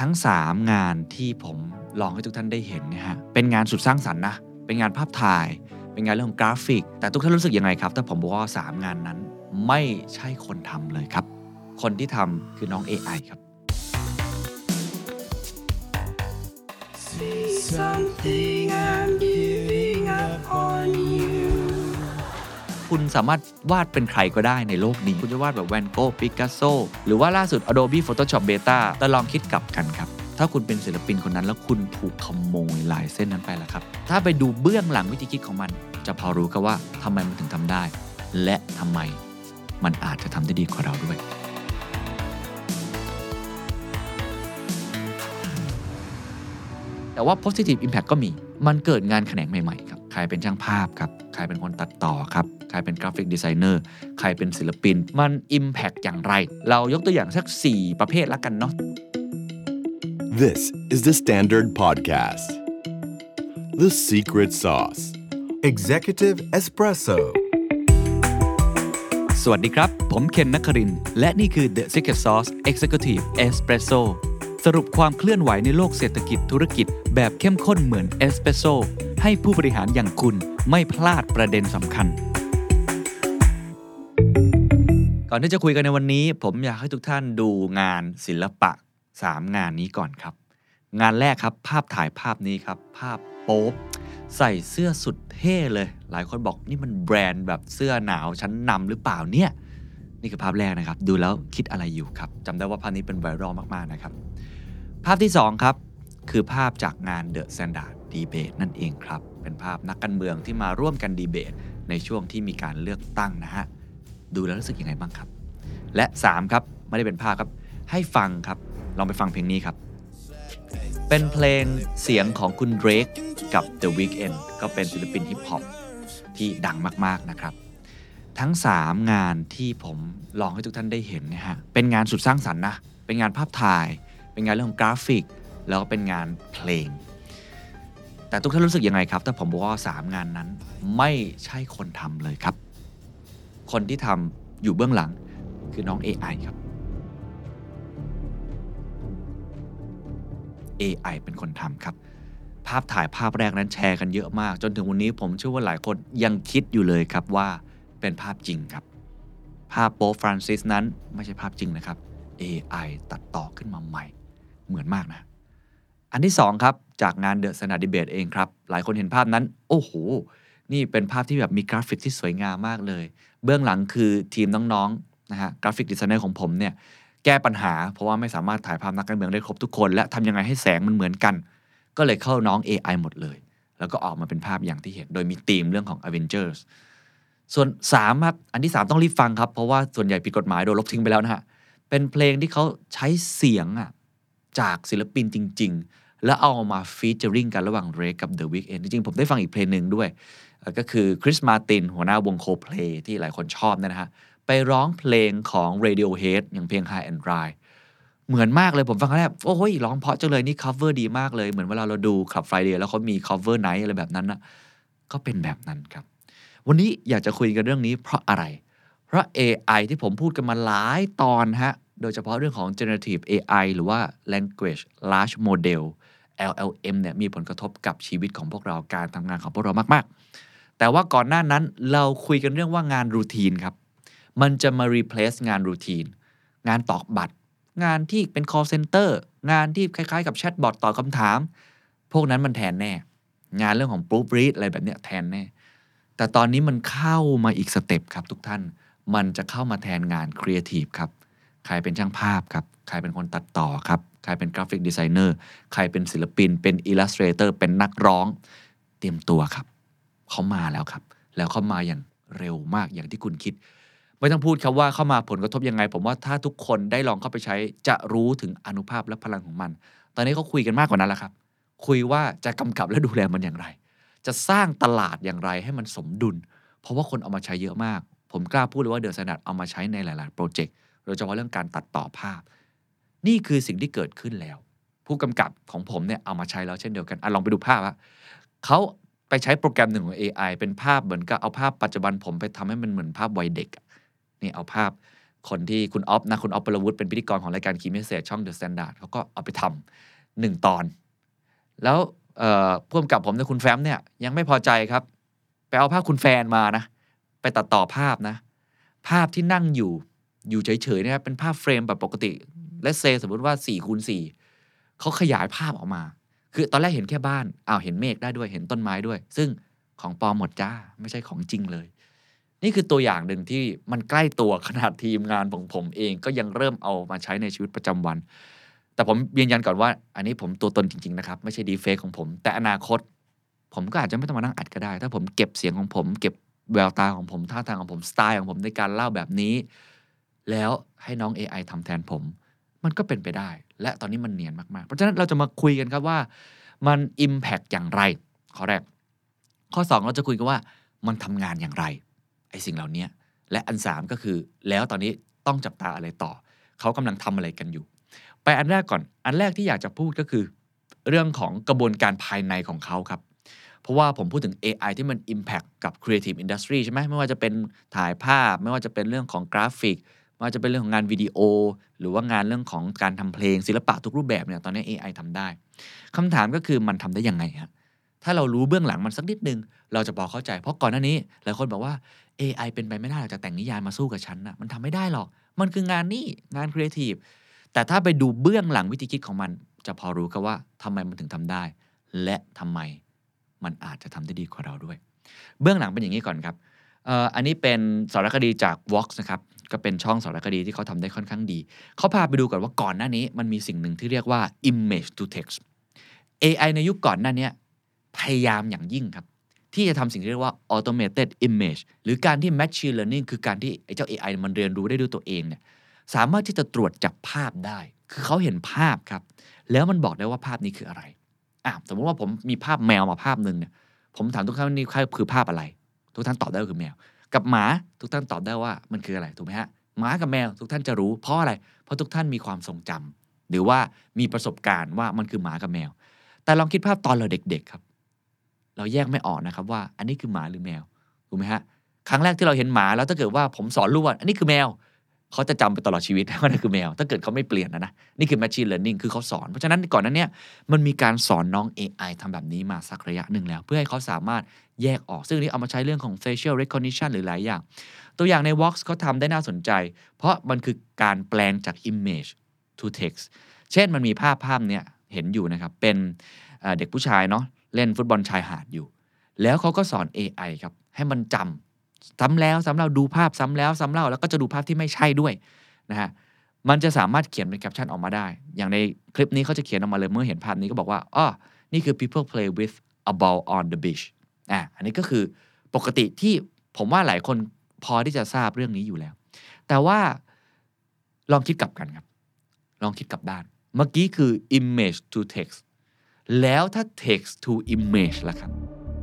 ทั้ง3งานที่ผมลองให้ทุกท่านได้เห็นนะฮะเป็นงานสุดสร้างสรรค์นะเป็นงานภาพถ่ายเป็นงานเรื่องของกราฟิกแต่ทุกท่านรู้สึกยังไงครับถ้าผมบอกว่า3งานนั้นไม่ใช่คนทำเลยครับคนที่ทำคือน้อง AI ครับ See something I'm giving up on you คุณสามารถวาดเป็นใครก็ได้ในโลกนี้คุณจะวาดแบบแวนโก้ปิกัสโซหรือว่าล่าสุด Adobe Photoshop Beta แต่ลองคิดกลับกันครับถ้าคุณเป็นศิลปินคนนั้นแล้วคุณถูกขโมยลายเส้นนั้นไปแล้วครับถ้าไปดูเบื้องหลังวิธีคิดของมันจะพอรู้กันว่าทำไมมันถึงทำได้และทำไมมันอาจจะทำได้ดีกว่าเราด้วยแต่ว่า positive impact ก็มีมันเกิดงานแขนงใหม่ๆครับใครเป็นช่างภาพครับใครเป็นคนตัดต่อครับใครเป็นกราฟิกดีไซเนอร์ใครเป็นศิลปินมัน impact อย่างไรเรายกตัวอย่างสัก4ประเภทละกันเนาะ This is the Standard Podcast. The Secret Sauce. Executive Espresso. สวัสดีครับผมเคนนครินทร์และนี่คือ The Secret Sauce Executive Espresso สรุปความเคลื่อนไหวในโลกเศรษฐกิจธุรกิจแบบเข้มข้นเหมือนเอสเปรสโซ่ให้ผู้บริหารอย่างคุณไม่พลาดประเด็นสำคัญก่อนที่จะคุยกันในวันนี้ผมอยากให้ทุกท่านดูงานศิลปะ3งานนี้ก่อนครับงานแรกครับภาพถ่ายภาพนี้ครับภาพโป๊ปใส่เสื้อสุดเท่เลยหลายคนบอกนี่มันแบรนด์แบบเสื้อหนาวชั้นนำหรือเปล่าเนี่ยนี่คือภาพแรกนะครับดูแล้วคิดอะไรอยู่ครับจำได้ว่าภาพนี้เป็นไวรัลมากๆนะครับภาพที่2ครับคือภาพจากงาน The Standard Debate นั่นเองครับเป็นภาพนักการเมืองที่มาร่วมกันดีเบตในช่วงที่มีการเลือกตั้งนะฮะดูแล้วรู้สึกยังไงบ้างครับและ3ครับไม่ได้เป็นภาพครับให้ฟังครับลองไปฟังเพลงนี้ครับเป็นเพลงเสียงของคุณ Drake กับ The Weeknd ก็เป็นศิลปินฮิปฮอปที่ดังมากๆนะครับทั้ง3งานที่ผมลองให้ทุกท่านได้เห็นนะฮะเป็นงานสุดสร้างสรรค์นะเป็นงานภาพถ่ายเป็นงานเรื่องของกราฟิกแล้วก็เป็นงานเพลงแต่ทุกท่านรู้สึกยังไงครับถ้าผมบอกว่า3งานนั้นไม่ใช่คนทำเลยครับคนที่ทำอยู่เบื้องหลังคือน้อง AI ครับ AI เป็นคนทำครับภาพถ่ายภาพแรกนั้นแชร์กันเยอะมากจนถึงวันนี้ผมเชื่อว่าหลายคนยังคิดอยู่เลยครับว่าเป็นภาพจริงครับภาพโป๊ปฟรานซิสนั้นไม่ใช่ภาพจริงนะครับ AI ตัดต่อขึ้นมาใหม่เหมือนมากนะอันที่2ครับจากงาน The Standard Debate เองครับหลายคนเห็นภาพนั้นโอ้โหนี่เป็นภาพที่แบบมีกราฟิกที่สวยงามมากเลยเบื้องหลังคือทีมน้องๆนะฮะกราฟิกดีไซเนอร์ของผมเนี่ยแก้ปัญหาเพราะว่าไม่สามารถถ่ายภาพนักการเมืองได้ครบทุกคนและทำยังไงให้แสงมันเหมือนกันก็เลยเข้าน้อง AI หมดเลยแล้วก็ออกมาเป็นภาพอย่างที่เห็นโดยมีธีมเรื่องของ Avengers ส่วน3ครับอันที่3ต้องรีบฟังครับเพราะว่าส่วนใหญ่ผิดกฎหมายโดนลบทิ้งไปแล้วนะฮะเป็นเพลงที่เขาใช้เสียงจากศิลปินจริงๆแล้วเอามาฟีเจอริ่งกันระหว่าง Drake กับ The Weeknd จริงๆผมได้ฟังอีกเพลงนึงด้วยก็คือคริสมาตินหัวหน้าวง Coldplay ที่หลายคนชอบนะฮะไปร้องเพลงของ Radiohead อย่างเพลง High and Dry เหมือนมากเลยผมฟังครั้งแรกโอ้โหร้องเพราะจังเลยนี่ cover ดีมากเลยเหมือนเวลาเราดู Club Friday แล้วเขามี cover night อะไรแบบนั้นนะก็เป็นแบบนั้นครับวันนี้อยากจะคุยกันเรื่องนี้เพราะอะไรเพราะ AI ที่ผมพูดกันมาหลายตอนฮะโดยเฉพาะเรื่องของ generative AI หรือว่า language large model LLM เนี่ยมีผลกระทบกับชีวิตของพวกเราการทำงานของพวกเรามากๆแต่ว่าก่อนหน้านั้นเราคุยกันเรื่องว่างานรูทีนครับมันจะมา replace งานรูทีนงานตอกบัตรงานที่เป็น call center งานที่คล้ายๆกับแชทบอทตอบคำถามพวกนั้นมันแทนแน่งานเรื่องของ proofread อะไรแบบเนี้ยแทนแน่แต่ตอนนี้มันเข้ามาอีกสเต็ปครับทุกท่านมันจะเข้ามาแทนงานครีเอทีฟครับใครเป็นช่างภาพครับใครเป็นคนตัดต่อครับใครเป็นกราฟิกดีไซเนอร์ใครเป็นศิลปินเป็นอิลลัสเตรเตอร์เป็นนักร้องเตรียมตัวครับเขามาแล้วครับแล้วเขามาอย่างเร็วมากอย่างที่คุณคิดไม่ต้องพูดครับว่าเข้ามาผลกระทบยังไงผมว่าถ้าทุกคนได้ลองเข้าไปใช้จะรู้ถึงอานุภาพและพลังของมันตอนนี้เขาคุยกันมากกว่านั้นแล้วครับคุยว่าจะกำกับและดูแลมันอย่างไรจะสร้างตลาดอย่างไรให้มันสมดุลเพราะว่าคนเอามาใช้เยอะมากผมกล้าพูดเลยว่าเดอะสแตนดาร์ดเอามาใช้ในหลายๆโปรเจกต์โดยเฉพาะเรื่องการตัดต่อภาพนี่คือสิ่งที่เกิดขึ้นแล้วผู้กำกับของผมเนี่ยเอามาใช้แล้วเช่นเดียวกันลองไปดูภาพเขาไปใช้โปรแกรมหนึ่งของ AI เป็นภาพเหมือนกับเอาภาพปัจจุบันผมไปทำให้มันเหมือนภาพวัยเด็กนี่เอาภาพคนที่คุณอ๊อฟนะคุณอ๊อฟปรวุฒิเป็นพิธีกรของรายการ Key Message ช่อง The Standard เขาก็เอาไปทำ1 ตอนแล้วผู้กำกับผมเนี่ยคุณแฟ้มเนี่ยยังไม่พอใจครับไปเอาภาพคุณแฟนมานะไปตัดต่อภาพนะภาพที่นั่งอยู่เฉยๆนะครับเป็นภาพเฟรมแบบปกติLet's say สมมุติว่า 4x4 เขาขยายภาพออกมาคือตอนแรกเห็นแค่บ้านเห็นเมฆได้ด้วยเห็นต้นไม้ด้วยซึ่งของปลอมหมดจ้าไม่ใช่ของจริงเลยนี่คือตัวอย่างหนึ่งที่มันใกล้ตัวขนาดทีมงานของผมเองก็ยังเริ่มเอามาใช้ในชีวิตประจำวันแต่ผมยืนยันก่อนว่าอันนี้ผมตัวตนจริงๆนะครับไม่ใช่ดีเฟคของผมแต่อนาคตผมก็อาจจะไม่ต้องมานั่งอัดก็ได้ถ้าผมเก็บเสียงของผมเก็บแววตาของผมท่าทางของผมสไตล์ของผมในการเล่าแบบนี้แล้วให้น้อง AI ทำแทนผมมันก็เป็นไปได้และตอนนี้มันเนียนมากๆเพราะฉะนั้นเราจะมาคุยกันครับว่ามัน impact อย่างไรข้อแรกข้อ2เราจะคุยกันว่ามันทำงานอย่างไรไอ้สิ่งเหล่านี้และอัน3ก็คือแล้วตอนนี้ต้องจับตาอะไรต่อเขากำลังทำอะไรกันอยู่ไปอันแรกก่อนอันแรกที่อยากจะพูดก็คือเรื่องของกระบวนการภายในของเขาครับเพราะว่าผมพูดถึง AI ที่มัน impact กับ creative industry ใช่ไหมไม่ว่าจะเป็นถ่ายภาพไม่ว่าจะเป็นเรื่องของกราฟิกไม่ว่าจะเป็นเรื่องของงานวิดีโอหรือว่างานเรื่องของการทำเพลงศิลปะทุกรูปแบบเนี่ยตอนนี้ AI ทำได้คำถามก็คือมันทำได้ยังไงฮะถ้าเรารู้เบื้องหลังมันสักนิดนึงเราจะพอเข้าใจเพราะก่อนหน้านี้หลายคนบอกว่า AI เป็นไปไม่ได้หรอกจะแต่งนิยายมาสู้กับฉันนะมันทำไม่ได้หรอกมันคืองานนี่งานครีเอทีฟแต่ถ้าไปดูเบื้องหลังวิธีคิดของมันจะพอรู้กันว่าทำไมมันถึงทำได้และทำไมมันอาจจะทำได้ดีกว่าเราด้วยเบื้องหลังเป็นอย่างนี้ก่อนครับอันนี้เป็นสารคดีจาก Vox นะครับก็เป็นช่องสารคดีที่เขาทำได้ค่อนข้างดีเขาพาไปดูก่อนว่าก่อนหน้านี้มันมีสิ่งหนึ่งที่เรียกว่า image to text AI ในยุคก่อนหน้านี้พยายามอย่างยิ่งครับที่จะทำสิ่งที่เรียกว่า automated image หรือการที่ machine learning คือการที่ไอ้เจ้า AI มันเรียนรู้ได้ด้วยตัวเองเนี่ยสามารถที่จะตรวจจับภาพได้คือเขาเห็นภาพครับแล้วมันบอกได้ว่าภาพนี้คืออะไรสมมติว่าผมมีภาพแมวมาภาพนึงเนี่ยผมถามทุกท่านว่านี่คือภาพอะไรทุกท่านตอบได้ว่าคือแมวกับหมาทุกท่านตอบได้ว่ามันคืออะไรถูกไหมฮะหมากับแมวทุกท่านจะรู้เพราะอะไรเพราะทุกท่านมีความทรงจำหรือว่ามีประสบการณ์ว่ามันคือหมากับแมวแต่ลองคิดภาพตอนเราเด็กๆครับเราแยกไม่ออกนะครับว่าอันนี้คือหมาหรือแมวถูกไหมฮะครั้งแรกที่เราเห็นหมาแล้วถ้าเกิดว่าผมสอนลูกว่าอันนี้คือแมวเขาจะจำไปตลอดชีวิตว่านั่นคือแมวถ้าเกิดเขาไม่เปลี่ยนนะนี่คือ machine learning คือเขาสอนเพราะฉะนั้นก่อนนั้นเนี่ยมันมีการสอนน้อง AI ทำแบบนี้มาสักระยะหนึ่งแล้วเพื่อให้เขาสามารถแยกออกซึ่งนี้เอามาใช้เรื่องของ facial recognition หรือหลายอย่างตัวอย่างใน Vox เขาทำได้น่าสนใจเพราะมันคือการแปลงจาก image to text เช่นมันมีภาพเนี้ยเห็นอยู่นะครับเป็นเด็กผู้ชายเนาะเล่นฟุตบอลชายหาดอยู่แล้วเขาก็สอน AI ครับให้มันจำซ้ำแล้วซ้ำเล่าดูภาพซ้ำแล้วซ้ำเล่าแล้วก็จะดูภาพที่ไม่ใช่ด้วยนะฮะมันจะสามารถเขียนเป็นแคปชั่นออกมาได้อย่างในคลิปนี้เขาจะเขียนออกมาเลยเมื่อเห็นภาพนี้ก็บอกว่านี่คือ people play with a ball on the beach อันนี้ก็คือปกติที่ผมว่าหลายคนพอที่จะทราบเรื่องนี้อยู่แล้วแต่ว่าลองคิดกลับกันครับลองคิดกลับด้านเมื่อกี้คือ image to text แล้วถ้า text to image ล่ะครับ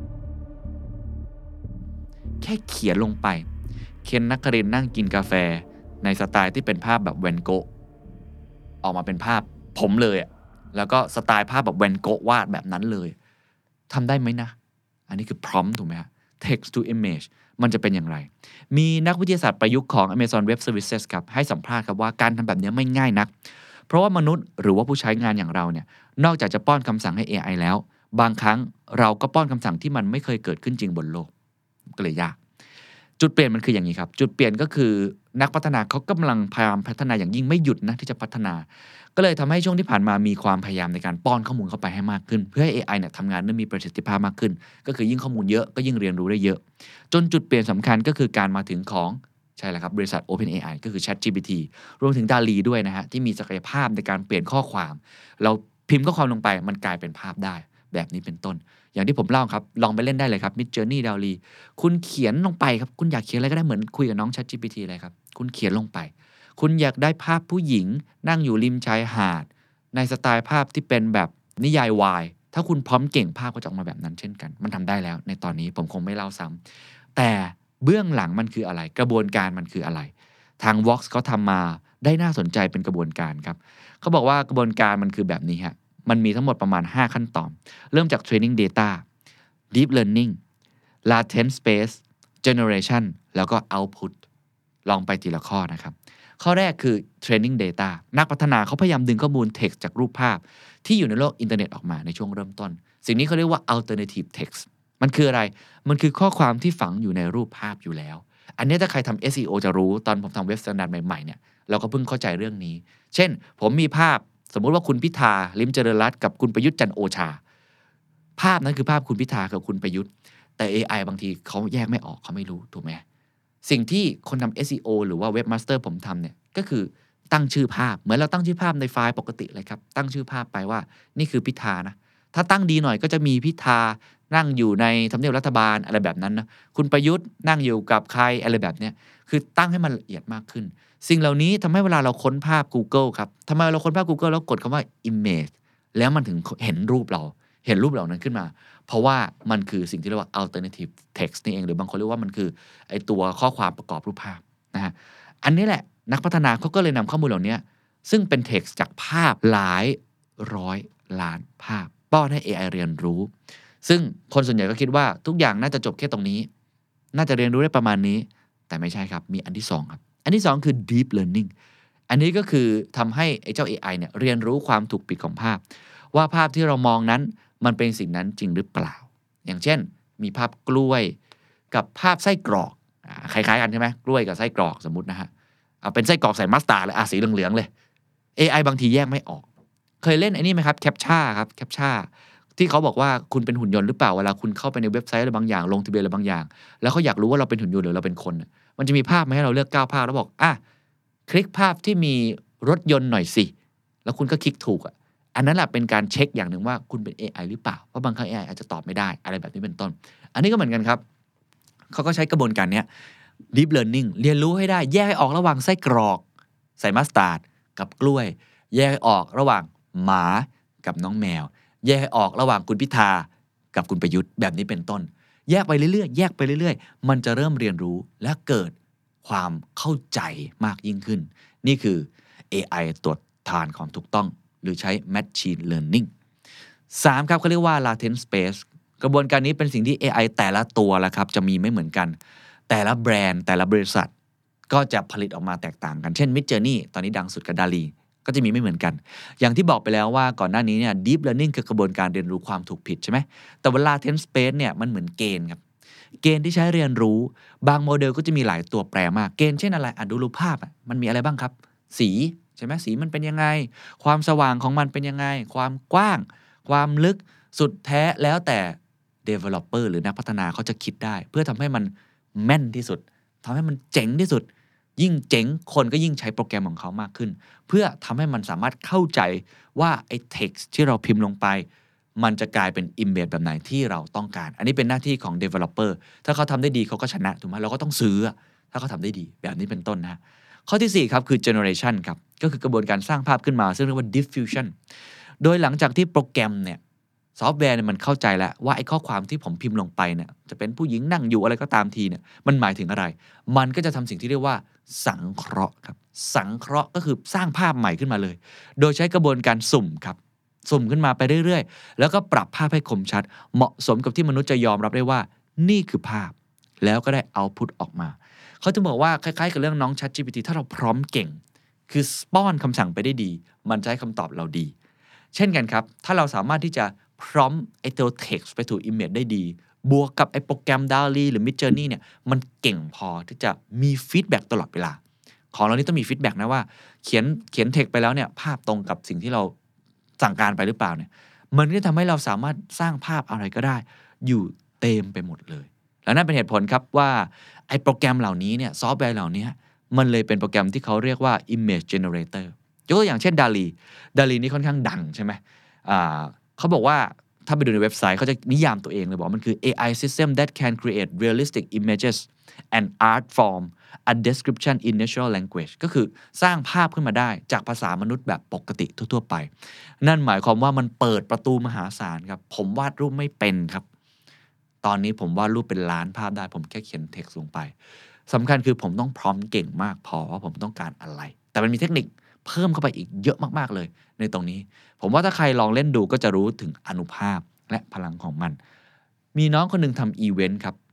แค่เขียนลงไปเคนนักเรียนนั่งกินกาแฟในสไตล์ที่เป็นภาพแบบแวนโกะออกมาเป็นภาพผมเลยแล้วก็สไตล์ภาพแบบแวนโกะวาดแบบนั้นเลยทำได้ไหมนะอันนี้คือ prompt ถูกไหมฮะ text to image มันจะเป็นอย่างไรมีนักวิทยาศาสตร์ประยุกต์ของ Amazon Web Services ครับให้สัมภาษณ์ครับว่าการทำแบบนี้ไม่ง่ายนักเพราะว่ามนุษย์หรือว่าผู้ใช้งานอย่างเราเนี่ยนอกจากจะป้อนคำสั่งให้ AI แล้วบางครั้งเราก็ป้อนคำสั่งที่มันไม่เคยเกิดขึ้นจริงบนโลกก็เลยยากจุดเปลี่ยนมันคืออย่างนี้ครับจุดเปลี่ยนก็คือนักพัฒนาเขากำลังพยายามพัฒนาอย่างยิ่งไม่หยุดนะที่จะพัฒนาก็เลยทำให้ช่วงที่ผ่านมามีความพยายามในการป้อนข้อมูลเข้าไปให้มากขึ้นเพื่อให้ AI เนี่ยทำงานได้มีประสิทธิภาพมากขึ้นก็คือยิ่งข้อมูลเยอะก็ยิ่งเรียนรู้ได้เยอะจนจุดเปลี่ยนสำคัญก็คือการมาถึงของใช่แล้วครับบริษัท OpenAI ก็คือ ChatGPT รวมถึง DALL-E ด้วยนะฮะที่มีศักยภาพในการเปลี่ยนข้อความเราพิมพ์ข้อความลงไปมันกลายเป็นภาพได้แบบนี้เป็นต้นอย่างที่ผมเล่าครับลองไปเล่นได้เลยครับ Midjourney DALL-E คุณเขียนลงไปครับคุณอยากเขียนอะไรก็ได้เหมือนคุยกับน้อง ChatGPT เลยครับคุณเขียนลงไปคุณอยากได้ภาพผู้หญิงนั่งอยู่ริมชายหาดในสไตล์ภาพที่เป็นแบบนิยายวายถ้าคุณพร้อมเก่งภาพก็จะออกมาแบบนั้นเช่นกันมันทำได้แล้วในตอนนี้ผมคงไม่เล่าซ้ำแต่เบื้องหลังมันคืออะไรกระบวนการมันคืออะไรทาง Vox เขาทำมาได้น่าสนใจเป็นกระบวนการครับเขาบอกว่ากระบวนการมันคือแบบนี้ฮะมันมีทั้งหมดประมาณ5ขั้นตอนเริ่มจาก training data deep learning latent space generation แล้วก็ output ลองไปทีละข้อนะครับข้อแรกคือ training data นักพัฒนาเขาพยายามดึงข้อมูล text จากรูปภาพที่อยู่ในโลกอินเทอร์เน็ตออกมาในช่วงเริ่มต้นสิ่งนี้เขาเรียกว่า alternative text มันคืออะไรมันคือข้อความที่ฝังอยู่ในรูปภาพอยู่แล้วอันนี้ถ้าใครทำ SEO จะรู้ตอนผมทำเว็บสแตนดาร์ดใหม่ๆเนี่ยเราก็เพิ่งเข้าใจเรื่องนี้เช่นผมมีภาพสมมุติว่าคุณพิธาลิ้มเจริญรัตน์กับคุณประยุทธ์จันทร์โอชาภาพนั้นคือภาพคุณพิธากับคุณประยุทธ์แต่ AI บางทีเขาแยกไม่ออกเขาไม่รู้ถูกไหมสิ่งที่คนทำ SEO หรือว่าเว็บมาสเตอร์ผมทำเนี่ยก็คือตั้งชื่อภาพเหมือนเราตั้งชื่อภาพในไฟล์ปกติเลยครับตั้งชื่อภาพไปว่านี่คือพิธานะถ้าตั้งดีหน่อยก็จะมีพิธานั่งอยู่ในทำเนียบรัฐบาลอะไรแบบนั้นนะคุณประยุทธ์นั่งอยู่กับใครอะไรแบบเนี้ยคือตั้งให้มันละเอียดมากขึ้นสิ่งเหล่านี้ทำให้เวลาเราค้นภาพ Google ครับทำไมเราค้นภาพ Google แล้วกดคำว่า image แล้วมันถึงเห็นรูปเราเห็นรูปเหล่านั้นขึ้นมาเพราะว่ามันคือสิ่งที่เรียกว่า alternative text นี่เองหรือบางคนเรียกว่ามันคือไอตัวข้อความประกอบรูปภาพนะฮะอันนี้แหละนักพัฒนาเขาก็เลยนำข้อมูลเหล่านี้ซึ่งเป็น text จากภาพหลายร้อยล้านภาพป้อนให้ AI เรียนรู้ซึ่งคนส่วนใหญ่ก็คิดว่าทุกอย่างน่าจะจบแค่ตรงนี้น่าจะเรียนรู้ได้ประมาณนี้แต่ไม่ใช่ครับมีอันที่2ครับอันที่2คือ deep learning อันนี้ก็คือทำให้ไอ้เจ้า AI เนี่ยเรียนรู้ความถูกปิดของภาพว่าภาพที่เรามองนั้นมันเป็นสิ่งนั้นจริงหรือเปล่าอย่างเช่นมีภาพกล้วยกับภาพไส้กรอกคล้ายๆกันใช่ไหมกล้วยกับไส้กรอกสมมุตินะฮะเอาเป็นไส้กรอกใส่มัสตาร์ดเลยสีเหลืองๆเลย AI บางทีแยกไม่ออกเคยเล่นไอ้นี่ไหมครับแคปชั่นครับแคปชั่นที่เขาบอกว่าคุณเป็นหุ่นยนต์หรือเปล่าเวลาคุณเข้าไปในเว็บไซต์อะไรบางอย่างลงทะเบียนอะไรบางอย่างแล้วเขาอยากรู้ว่าเราเป็นหุ่นยนต์หรือเราเป็นคนมันจะมีภาพมาให้เราเลือก9ภาพแล้วบอกคลิกภาพที่มีรถยนต์หน่อยสิแล้วคุณก็คลิกถูกอันนั้นแหละเป็นการเช็คอย่างหนึ่งว่าคุณเป็น AI หรือเปล่าเพราะบางครั้ง AI อาจจะตอบไม่ได้อะไรแบบนี้เป็นต้นอันนี้ก็เหมือนกันครับเขาก็ใช้กระบวนการนี้ deep learning เรียนรู้ให้ได้แยกให้ออกระหว่างไส้กรอกใส่มัสตาร์ดกับกล้วยแยกให้ออกระหว่างหมากับน้องแมวแยกให้ออกระหว่างคุณพิธากับคุณประยุทธ์แบบนี้เป็นต้นแยกไปเรื่อยๆแยกไปเรื่อยๆมันจะเริ่มเรียนรู้และเกิดความเข้าใจมากยิ่งขึ้นนี่คือ AI ตรวจทานความถูกต้องหรือใช้ machine learning 3ครับเขาเรียกว่า latent space กระบวนการนี้เป็นสิ่งที่ AI แต่ละตัวละครับจะมีไม่เหมือนกันแต่ละแบรนด์แต่ละบริษัทก็จะผลิตออกมาแตกต่างกันเช่น Midjourney ตอนนี้ดังสุดกับ DALL-E ก็จะมีไม่เหมือนกันอย่างที่บอกไปแล้วว่าก่อนหน้านี้เนี่ย deep learning คือกระบวนการเรียนรู้ความถูกผิดใช่ไหมแต่เวลา latent space เนี่ยมันเหมือนเกณฑ์ครับเกณฑ์ที่ใช้เรียนรู้บางโมเดลก็จะมีหลายตัวแปรมากเกณฑ์เช่นอะไรดูรูปภาพมันมีอะไรบ้างครับสีใช่ไหมสีมันเป็นยังไงความสว่างของมันเป็นยังไงความกว้างความลึกสุดแท้แล้วแต่ developer หรือนักพัฒนาเขาจะคิดได้เพื่อทำให้มันแม่นที่สุดทำให้มันเจ๋งที่สุดยิ่งเจ๋งคนก็ยิ่งใช้โปรแกรมของเขามากขึ้นเพื่อทำให้มันสามารถเข้าใจว่าไอ้ text ที่เราพิมพ์ลงไปมันจะกลายเป็น image แบบไหนที่เราต้องการอันนี้เป็นหน้าที่ของ developer ถ้าเขาทำได้ดีเขาก็ชนะถูกไหมเราก็ต้องซื้อถ้าเขาทำได้ดีแบบนี้เป็นต้นนะข้อที่4ครับคือ generation ครับก็คือกระบวนการสร้างภาพขึ้นมาซึ่งเรียกว่า diffusion โดยหลังจากที่โปรแกรมเนี่ยซอฟต์แวร์เนี่ยมันเข้าใจแล้วว่าไอ้ข้อความที่ผมพิมพ์ลงไปเนี่ยจะเป็นผู้หญิงนั่งอยู่อะไรก็ตามทีเนี่ยมันหมายถึงอะไรมันก็จะทำสิ่งที่เรียกว่าสังเคราะห์ครับสังเคราะห์ก็คือสร้างภาพใหม่ขึ้นมาเลยโดยใช้กระบวนการสุ่มครับสุ่มขึ้นมาไปเรื่อยๆแล้วก็ปรับภาพให้คมชัดเหมาะสมกับที่มนุษย์จะยอมรับได้ว่านี่คือภาพแล้วก็ได้เอาต์พุตออกมาเขาจะบอกว่าคล้ายๆกับเรื่องน้อง ChatGPT ถ้าเราพร้อมเก่งคือป้อนคำสั่งไปได้ดีมันจะให้คำตอบเราดีเช่นกันครับถ้าเราสามารถที่จะพร้อมไอ้ตัว text ไปถูก image ได้ดีบวกกับไอ้โปรแกรม DALL-E หรือ Midjourney เนี่ยมันเก่งพอที่จะมีฟีดแบ็กตลอดเวลาของเรานี่ต้องมีฟีดแบ็กนะว่าเขียน text ไปแล้วเนี่ยภาพตรงกับสิ่งที่เราสั่งการไปหรือเปล่าเนี่ยมันก็จะทำให้เราสามารถสร้างภาพอะไรก็ได้อยู่เต็มไปหมดเลยแล้วนั่นเป็นเหตุผลครับว่าไอ้โปรแกรมเหล่านี้เนี่ยซอฟต์แวร์เหล่านี้มันเลยเป็นโปรแกรมที่เขาเรียกว่า image generator ยกตัวอย่างเช่น DALL-E นี่ค่อนข้างดังใช่ไหมเขาบอกว่าถ้าไปดูในเว็บไซต์เขาจะนิยามตัวเองเลยบอกมันคือ AI system that can create realistic images and art form a description in natural language ก็คือสร้างภาพขึ้นมาได้จากภาษามนุษย์แบบปกติทั่วๆไปนั่นหมายความว่ามันเปิดประตูมหาศาลครับผมวาดรูปไม่เป็นครับตอนนี้ผมวาดรูปเป็นล้านภาพได้ผมแค่เขียน text ลงไปสำคัญคือผมต้องพร้อมเก่งมากพอว่าผมต้องการอะไรแต่มันมีเทคนิคเพิ่มเข้าไปอีกเยอะมากๆเลยในตรงนี้ผมว่าถ้าใครลองเล่นดูก็จะรู้ถึงอานุภาพและพลังของมันมีน้องคนหนึ่งทำอีเวนต์ครับ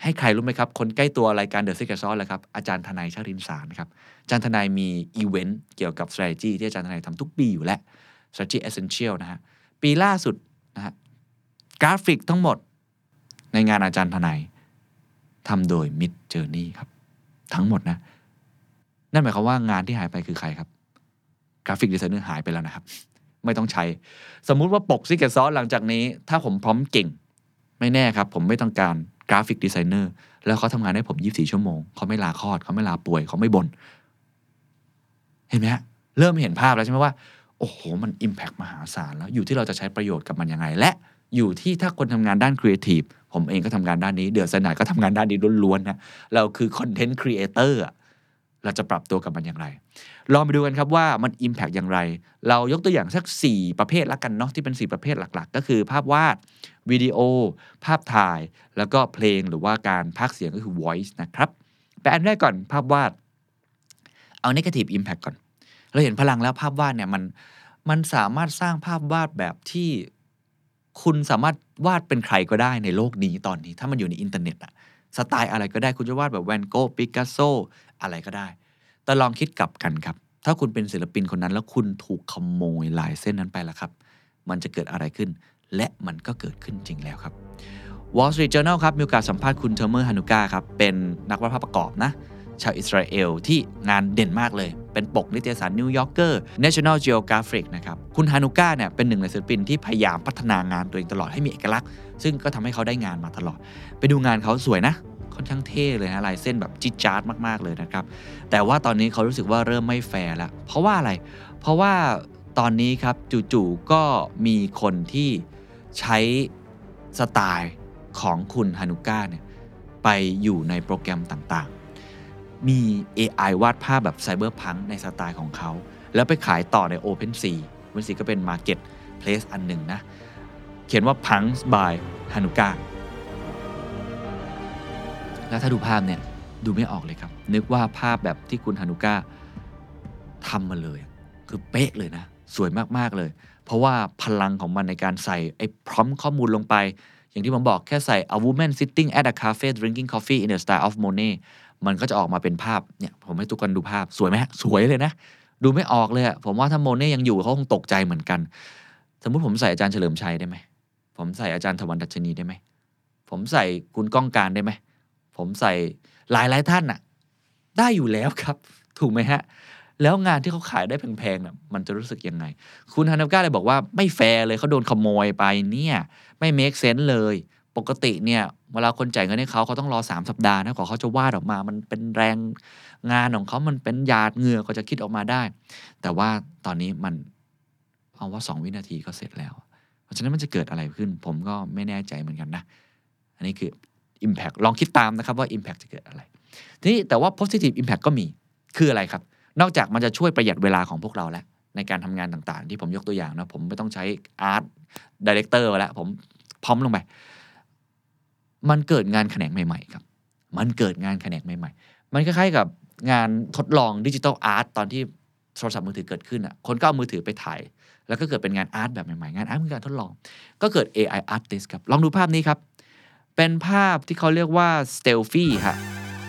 ให้ใครรู้ไหมครับคนใกล้ตัวรายการ The Secret Sauce เลยครับอาจารย์ทนายชรินทร์สารครับอาจารย์ทนายมีอีเวนต์เกี่ยวกับ strategy ที่อาจารย์ทนายทำทุกปีอยู่แล้ว strategy essential นะฮะปีล่าสุดนะฮะกราฟิกทั้งหมดในงานอาจารย์ทนายทำโดย Mid Journey ครับทั้งหมดนะนั่นหมายความว่างานที่หายไปคือใครครับกราฟิกดีไซเนอร์หายไปแล้วนะครับไม่ต้องใช้สมมุติว่าปก Secret Sauce หลังจากนี้ถ้าผมพร้อมเก่งไม่แน่ครับผมไม่ต้องการกราฟิกดีไซเนอร์แล้วเขาทำงานให้ผม24ชั่วโมงเขาไม่ลาคลอดเขาไม่ลาป่วยเขาไม่บ่นเห็นไหมฮะเริ่มเห็นภาพแล้วใช่ไหมว่าโอ้โหมัน impact มหาศาลแล้วอยู่ที่เราจะใช้ประโยชน์กับมันยังไงและอยู่ที่ถ้าคนทำงานด้านครีเอทีฟผมเองก็ทำงานด้านนี้เดือดสนายก็ทำงานด้านนี้ล้วนๆนะเราคือคอนเทนต์ครีเอเตอร์เราจะปรับตัวกับมันอย่างไรลองไปดูกันครับว่ามัน impact อย่างไรเรายกตัวอย่างสัก4ประเภทละกันเนาะที่เป็น4ประเภทหลักๆก็คือภาพวาดวิดีโอภาพถ่ายแล้วก็เพลงหรือว่าการพากย์เสียงก็คือ voice นะครับแต่อันแรกก่อนภาพวาดเอา negative impact ก่อนเราเห็นพลังแล้วภาพวาดเนี่ยมันสามารถสร้างภาพวาดแบบที่คุณสามารถวาดเป็นใครก็ได้ในโลกนี้ตอนนี้ถ้ามันอยู่ในอินเทอร์เน็ตอะสไตล์อะไรก็ได้คุณจะวาดแบบแวนโกะปิกัสโซอะไรก็ได้แต่ลองคิดกลับกันครับถ้าคุณเป็นศิลปินคนนั้นแล้วคุณถูกขโมยลายเส้นนั้นไปล่ะครับมันจะเกิดอะไรขึ้นและมันก็เกิดขึ้นจริงแล้วครับ Wall Street Journal ครับมีโอกาสสัมภาษณ์คุณเทอร์เมอร์ฮานุกาครับเป็นนักวาดภาพประกอบนะชาวอิสราเอลที่งานเด่นมากเลยเป็นปกนิตยสาร New Yorker National Geographic นะครับคุณฮานุกาเนี่ยเป็นหนึ่งในศิลปินที่พยายามพัฒนางานตัวเองตลอดให้มีเอกลักษณ์ซึ่งก็ทำให้เขาได้งานมาตลอดไปดูงานเขาสวยนะค่อนข้างเท่เลยนะลายเส้นแบบจิ๊ดจ๊าดมากๆเลยนะครับแต่ว่าตอนนี้เขารู้สึกว่าเริ่มไม่แฟร์แล้วเพราะว่าอะไรเพราะว่าตอนนี้ครับจู่ๆก็มีคนที่ใช้สไตล์ของคุณฮานุกาเนี่ยไปอยู่ในโปรแกรมต่างๆมี AI วาดภาพแบบไซเบอร์พังในสไตล์ของเขาแล้วไปขายต่อใน OpenSea OpenSea ก็เป็น Marketplace อันหนึ่งนะเขียนว่า Punks by Hanukkah แล้วถ้าดูภาพเนี่ยดูไม่ออกเลยครับนึกว่าภาพแบบที่คุณฮานุกาทำมาเลยคือเป๊ะเลยนะสวยมากๆเลยเพราะว่าพลังของมันในการใส่ไอ้พร้อมข้อมูลลงไปอย่างที่ผมบอกแค่ใส่ a woman sitting at a cafe drinking coffee in the style of Monet มันก็จะออกมาเป็นภาพเนี่ยผมให้ทุกคนดูภาพสวยไหมฮะสวยเลยนะดูไม่ออกเลยอะผมว่าถ้าโมเน่ยังอยู่เขาคงตกใจเหมือนกันสมมุติผมใส่อาจารย์เฉลิมชัยได้ไหมผมใส่อาจารย์ถวันดัชนีได้ไหมผมใส่คุณก้องการได้ไหมผมใส่หลายท่านน่ะได้อยู่แล้วครับถูกไหมฮะแล้วงานที่เขาขายได้แพงๆน่ะมันจะรู้สึกยังไงคุณฮานุก้าเลยบอกว่าไม่แฟร์เลยเขาโดนขโมยไปเนี่ยไม่เมคเซนส์เลยปกติเนี่ยเวลาคนจ่ายเงินให้เขาต้องรอ3สัปดาห์นะกว่าเขาจะวาดออกมามันเป็นแรงงานของเขามันเป็นหยาดเหงื่อก็จะคิดออกมาได้แต่ว่าตอนนี้มันเอาว่า2วินาทีก็เสร็จแล้วเพราะฉะนั้นมันจะเกิดอะไรขึ้นผมก็ไม่แน่ใจเหมือนกันนะอันนี้คือ impact ลองคิดตามนะครับว่า impact จะเกิดอะไรทีนี้แต่ว่า positive impact ก็มีคืออะไรครับนอกจากมันจะช่วยประหยัดเวลาของพวกเราแล้วในการทำงานต่างๆที่ผมยกตัวอย่างนะผมไม่ต้องใช้ art director แล้วผมพร้อมลงไปมันเกิดงานแขนงใหม่ๆครับมันเกิดงานแขนงใหม่ๆมันคล้ายๆกับงานทดลองดิจิทัลอาร์ตตอนที่โทรศัพท์มือถือเกิดขึ้นอ่ะคนก็เอามือถือไปถ่ายแล้วก็เกิดเป็นงานอาร์ตแบบใหม่ๆงานอาร์ตเป็นการทดลองก็เกิด AI artist ครับลองดูภาพนี้ครับเป็นภาพที่เขาเรียกว่า Stealthy ฮะ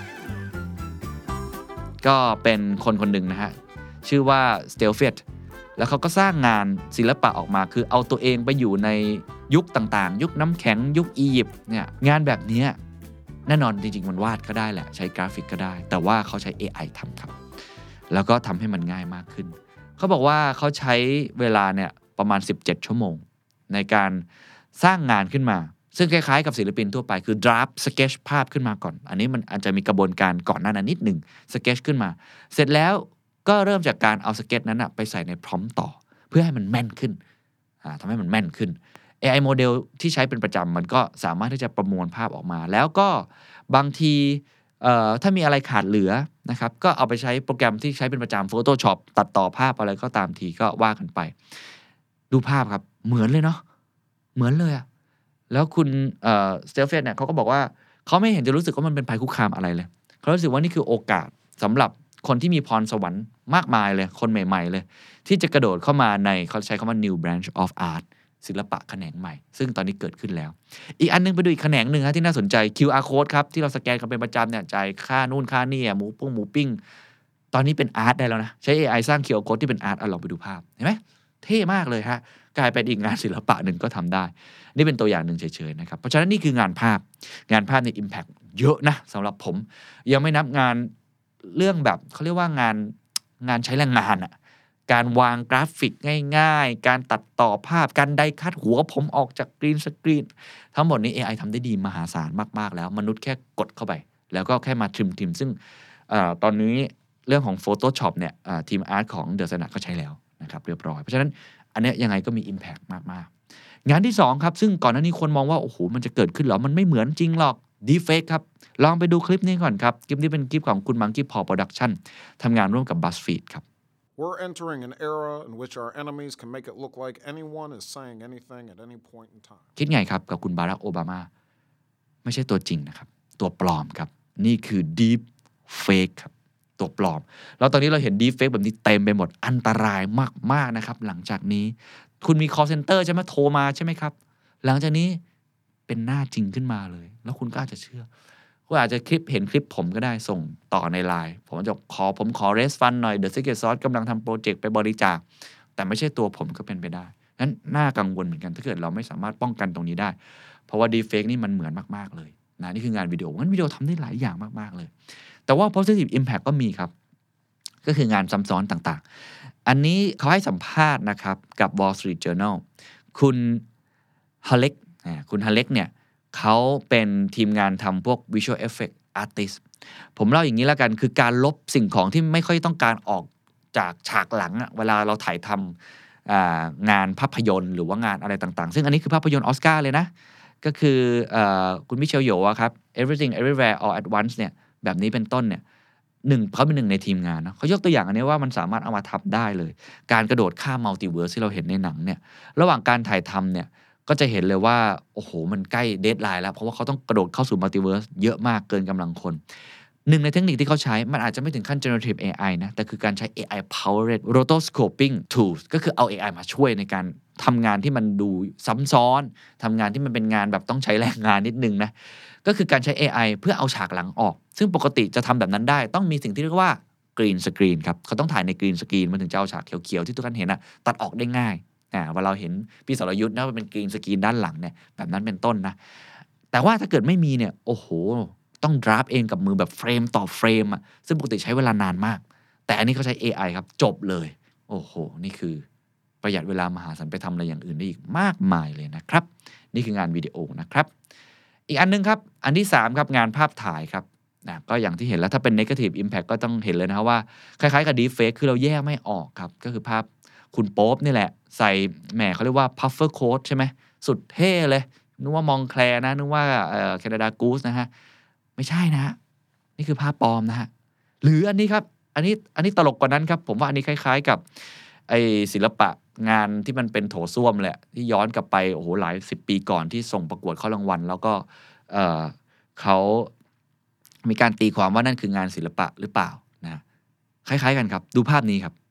ก็เป็นคนคนหนึ่งนะฮะชื่อว่า Stealthy แล้วเขาก็สร้างงานศิลปะออกมาคือเอาตัวเองไปอยู่ในยุคต่างๆยุคน้ำแข็งยุคอียิปต์เนี่ยงานแบบนี้แน่นอนจริงๆมันวาดก็ได้แหละใช้กราฟิกก็ได้แต่ว่าเขาใช้ AI ทำครับแล้วก็ทำให้มันง่ายมากขึ้นเขาบอกว่าเขาใช้เวลาเนี่ยประมาณ17ชั่วโมงในการสร้างงานขึ้นมาซึ่งคล้ายๆกับศิลปินทั่วไปคือ draft sketch ภาพขึ้นมาก่อนอันนี้มันอาจจะมีกระบวนการก่อนหน้านั้นนิดหนึ่ง sketch ขึ้นมาเสร็จแล้วก็เริ่มจากการเอาสเก็ตนั้นไปใส่ในพร้อมต่อเพื่อให้มันแม่นขึ้นทำให้มันแม่นขึ้น AI โมเดลที่ใช้เป็นประจำมันก็สามารถที่จะประมวลภาพออกมาแล้วก็บางทีถ้ามีอะไรขาดเหลือนะครับก็เอาไปใช้โปรแกรมที่ใช้เป็นประจำ Photoshop ตัดต่อภาพอะไรก็ตามทีก็ว่ากันไปดูภาพครับเหมือนเลยเนาะเหมือนเลยอะแล้วคุณสเตฟเฟนเนี่ยเขาก็บอกว่าเขาไม่เห็นจะรู้สึกว่ามันเป็นภัยคุกคามอะไรเลยเขารู้สึกว่านี่คือโอกาสสำหรับคนที่มีพรสวรรค์มากมายเลยคนใหม่ๆเลยที่จะกระโดดเข้ามาในเขาใช้คำว่า new branch of art ศิลปะแขนงใหม่ซึ่งตอนนี้เกิดขึ้นแล้วอีกอันนึงไปดูอีกแขนงนึงที่น่าสนใจ QR code ครับที่เราสแกนกันเป็นประจำเนี่ยจ่ายค่านู่นค่านี่หมูปิ้งตอนนี้เป็นอาร์ตได้แล้วนะใช้ AI สร้าง QR code ที่เป็นอาร์ตลองไปดูภาพเห็นไหมเท่มากเลยฮะกลายเป็นอีกงานศิลปะหนึ่งก็ทำได้นี่เป็นตัวอย่างหนึ่งเฉยๆนะครับเพราะฉะนั้นนี่คืองานภาพใน impact เยอะนะสำหรับผมยังไม่นับงานเรื่องแบบเขาเรียกว่างานใช้แรงงานอะการวางกราฟิกง่ายๆการตัดต่อภาพการไดคัทหัวผมออกจากกรีนสกรีนทั้งหมดนี้ AI ทำได้ดีมหาศาลมากๆแล้วมนุษย์แค่กดเข้าไปแล้วก็แค่มาทริมซึ่งตอนนี้เรื่องของ Photoshop เนี่ยทีมอาร์ตของเดอะสแตนดาร์ดก็ใช้แล้วนะครับเรียบร้อยเพราะฉะนั้นอันนี้ยังไงก็มี impact มากๆงานที่2ครับซึ่งก่อนหน้านี้คนมองว่าโอ้โหมันจะเกิดขึ้นเหรอมันไม่เหมือนจริงหรอก Deepfake ครับลองไปดูคลิปนี้ก่อนครับคลิปนี้เป็นคลิปของคุณ Monkey Paw Production ทำงานร่วมกับ BuzzFeed ครับ We're entering an era in which our enemies can make it look like anyone is saying anything at any point in time. คิดไงครับกับคุณบารักโอบามาไม่ใช่ตัวจริงนะครับตัวปลอมครับนี่คือ Deep Fake ครับตัวปลอมแล้วตอนนี้เราเห็น Deep Fake แบบนี้เต็มไปหมดอันตรายมากๆนะครับหลังจากนี้คุณมี call center ใช่ไหมโทรมาใช่ไหมครับหลังจากนี้เป็นหน้าจริงขึ้นมาเลยแล้วคุณก็อาจจะเชื่อคุณอาจจะเห็นคลิปผมก็ได้ส่งต่อใน LINE ผมขอ raise fund หน่อย The Secret Sauce กำลังทำโปรเจกต์ไปบริจาคแต่ไม่ใช่ตัวผมก็เป็นไปได้นั้นน่ากังวลเหมือนกันถ้าเกิดเราไม่สามารถป้องกันตรงนี้ได้เพราะว่า Deepfake นี่มันเหมือนมากๆเลยนะนี่คืองานวิดีโองั้นวิดีโอทำได้หลายอย่างมากๆเลยแต่ว่า positive impact ก็มีครับก็คืองานซ้ำซ้อนต่างๆอันนี้เขาให้สัมภาษณ์นะครับกับ Wall Street Journal คุณฮัลเล็กเนี่ยเขาเป็นทีมงานทำพวก Visual Effect Artist ผมเล่าอย่างนี้แล้วกันคือการลบสิ่งของที่ไม่ค่อยต้องการออกจากฉากหลังเวลาเราถ่ายทำงานภาพยนตร์หรือว่างานอะไรต่างๆซึ่งอันนี้คือภาพยนตร์ออสการ์เลยนะก็คือคุณมิเชลโยครับ Everything Everywhere All at Once เนี่ยแบบนี้เป็นต้นเนี่ยเขาเป็นหนึ่งในทีมงานนะเขายกตัวอย่างอันนี้ว่ามันสามารถเอามาทำได้เลยการกระโดดข้ามมัลติเวิร์สที่เราเห็นในหนังเนี่ยระหว่างการถ่ายทำเนี่ยก็จะเห็นเลยว่าโอ้โหมันใกล้เดดไลน์แล้วเพราะว่าเขาต้องกระโดดเข้าสู่มัลติเวิร์สเยอะมากเกินกำลังคนหนึ่งในเทคนิคที่เขาใช้มันอาจจะไม่ถึงขั้น generative AI นะแต่คือการใช้ AI powered rotoscoping tools ก็คือเอา AI มาช่วยในการทำงานที่มันดูซ้ำซ้อนทำงานที่มันเป็นงานแบบต้องใช้แรงงานนิดนึงนะก็คือการใช้ AI เพื่อเอาฉากหลังออกซึ่งปกติจะทำแบบนั้นได้ต้องมีสิ่งที่เรียกว่า green screen ครับเขาต้องถ่ายใน green screen มันถึงจะเอาฉากเขียวๆที่ทุกท่านเห็นตัดออกได้ง่ายเวลาเราเห็นพี่สรยุทธ์นะมันเป็น green screen ด้านหลังเนี่ยแบบนั้นเป็นต้นนะแต่ว่าถ้าเกิดไม่มีเนี่ยโอ้โหต้องดราฟเองกับมือแบบเฟรมต่อเฟรมซึ่งปกติใช้เวลานานมากแต่อันนี้เขาใช้ AI ครับจบเลยโอ้โหนี่คือประหยัดเวลามหาศาลไปทำอะไรอย่างอื่นได้อีกมากมายเลยนะครับนี่คืองานวิดีโอนะครับอีกอันนึงครับอันที่3ครับงานภาพถ่ายครับก็อย่างที่เห็นแล้วถ้าเป็น negative impact ก็ต้องเห็นเลยนะครับว่าคล้ายๆกับ deepfake คือเราแยกไม่ออกครับก็คือภาพคุณโป๊ปนี่แหละใส่แหมเขาเรียกว่า puffer coat ใช่ไหมสุดเท่เลยนึกว่ามองแคลร์นะนึกว่าแคนาดากูสนะฮะไม่ใช่นะนี่คือภาพปลอมนะฮะหรืออันนี้ครับอันนี้ตลกกว่านั้นครับผมว่าอันนี้คล้ายๆกับไอศิลปะงานที่มันเป็นโถส้วมแหละที่ย้อนกลับไปโอ้โหหลาย10 ปีก่อนที่ส่งประกวดเข้ารางวัลแล้วก็เขามีการตีความว่านั่นคืองานศิลปะหรือเปล่านะคล้ายๆกันครับดูภาพนี้ครับ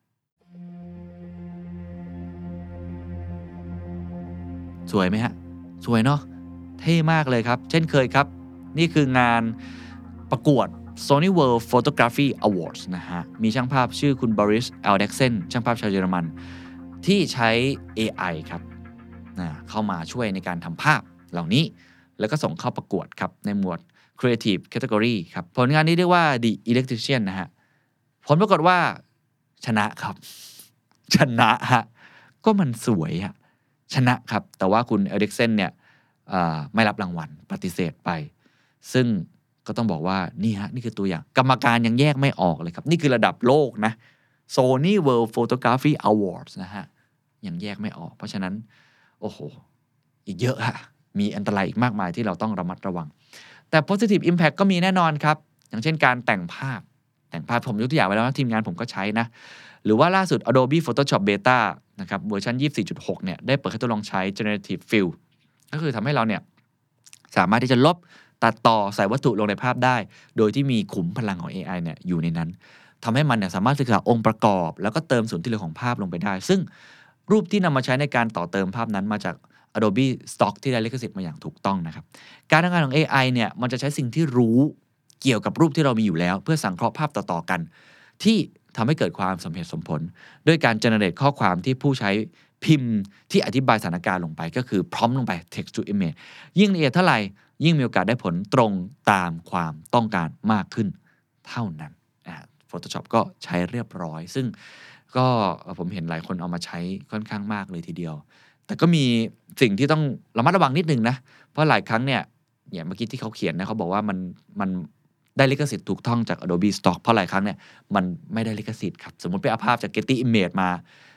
สวยไหมฮะสวยเนาะเท่มากเลยครับเช่นเคยครับนี่คืองานประกวด Sony World Photography Awards นะฮะมีช่างภาพชื่อคุณบริส แอลเด็กเซนช่างภาพชาวเยอรมันที่ใช้ AI ครับเข้ามาช่วยในการทำภาพเหล่านี้แล้วก็ส่งเข้าประกวดครับในหมวด Creative Category ครับผลงานนี้เรียกว่า The Electrician นะฮะผลปรากฏว่าชนะครับชนะฮะก็มันสวยฮะชนะครับแต่ว่าคุณเอลิกเซนเนี่ยไม่รับรางวัลปฏิเสธไปซึ่งก็ต้องบอกว่านี่คือตัวอย่างกรรมการยังแยกไม่ออกเลยครับนี่คือระดับโลกนะ Sony World Photography Awards นะฮะยังแยกไม่ออกเพราะฉะนั้นโอ้โหอีกเยอะฮะมีอันตรายอีกมากมายที่เราต้องระมัดระวังแต่ positive impact ก็มีแน่นอนครับอย่างเช่นการแต่งภาพผมยกตัวอย่างไว้แล้วนะทีมงานผมก็ใช้นะหรือว่าล่าสุด Adobe Photoshop Beta นะครับเวอร์ชัน 24.6 เนี่ยได้เปิดให้ทดลองใช้ Generative Fill ก็คือทำให้เราเนี่ยสามารถที่จะลบตัดต่อใส่วัตถุลงในภาพได้โดยที่มีขุมพลังของ AI เนี่ยอยู่ในนั้นทำให้มันเนี่ยสามารถศึกษาองค์ประกอบแล้วก็เติมส่วนที่เหลือของภาพลงไปได้ซึ่งรูปที่นำมาใช้ในการต่อเติมภาพนั้นมาจาก Adobe Stock ที่ได้ลิขสิทธิ์มาอย่างถูกต้องนะครับการทำงานของ AI เนี่ยมันจะใช้สิ่งที่รู้เกี่ยวกับรูปที่เรามีอยู่แล้วเพื่อสังเคราะห์ภาพต่อๆกันที่ทำให้เกิดความสมเหตุสมผลด้วยการ generate ข้อความที่ผู้ใช้พิมพ์ที่อธิบายสถานการณ์ลงไปก็คือ prompt ลงไป text to image ยิ่งละเอียดเท่าไหร่ยิ่งมีโอกาสได้ผลตรงตามความต้องการมากขึ้นเท่านั้นPhotoshop ก็ใช้เรียบร้อยซึ่งก็ผมเห็นหลายคนเอามาใช้ค่อนข้างมากเลยทีเดียวแต่ก็มีสิ่งที่ต้องระมัดระวังนิดนึงนะเพราะหลายครั้งเนี่ยเมื่อกี้ที่เขาเขียนนะเขาบอกว่ามันได้ลิขสิทธิ์ถูกต้องจาก Adobe Stock เพราะหลายครั้งเนี่ยมันไม่ได้ลิขสิทธิ์ครับสมมุติไปเอาภาพจาก Getty Image มา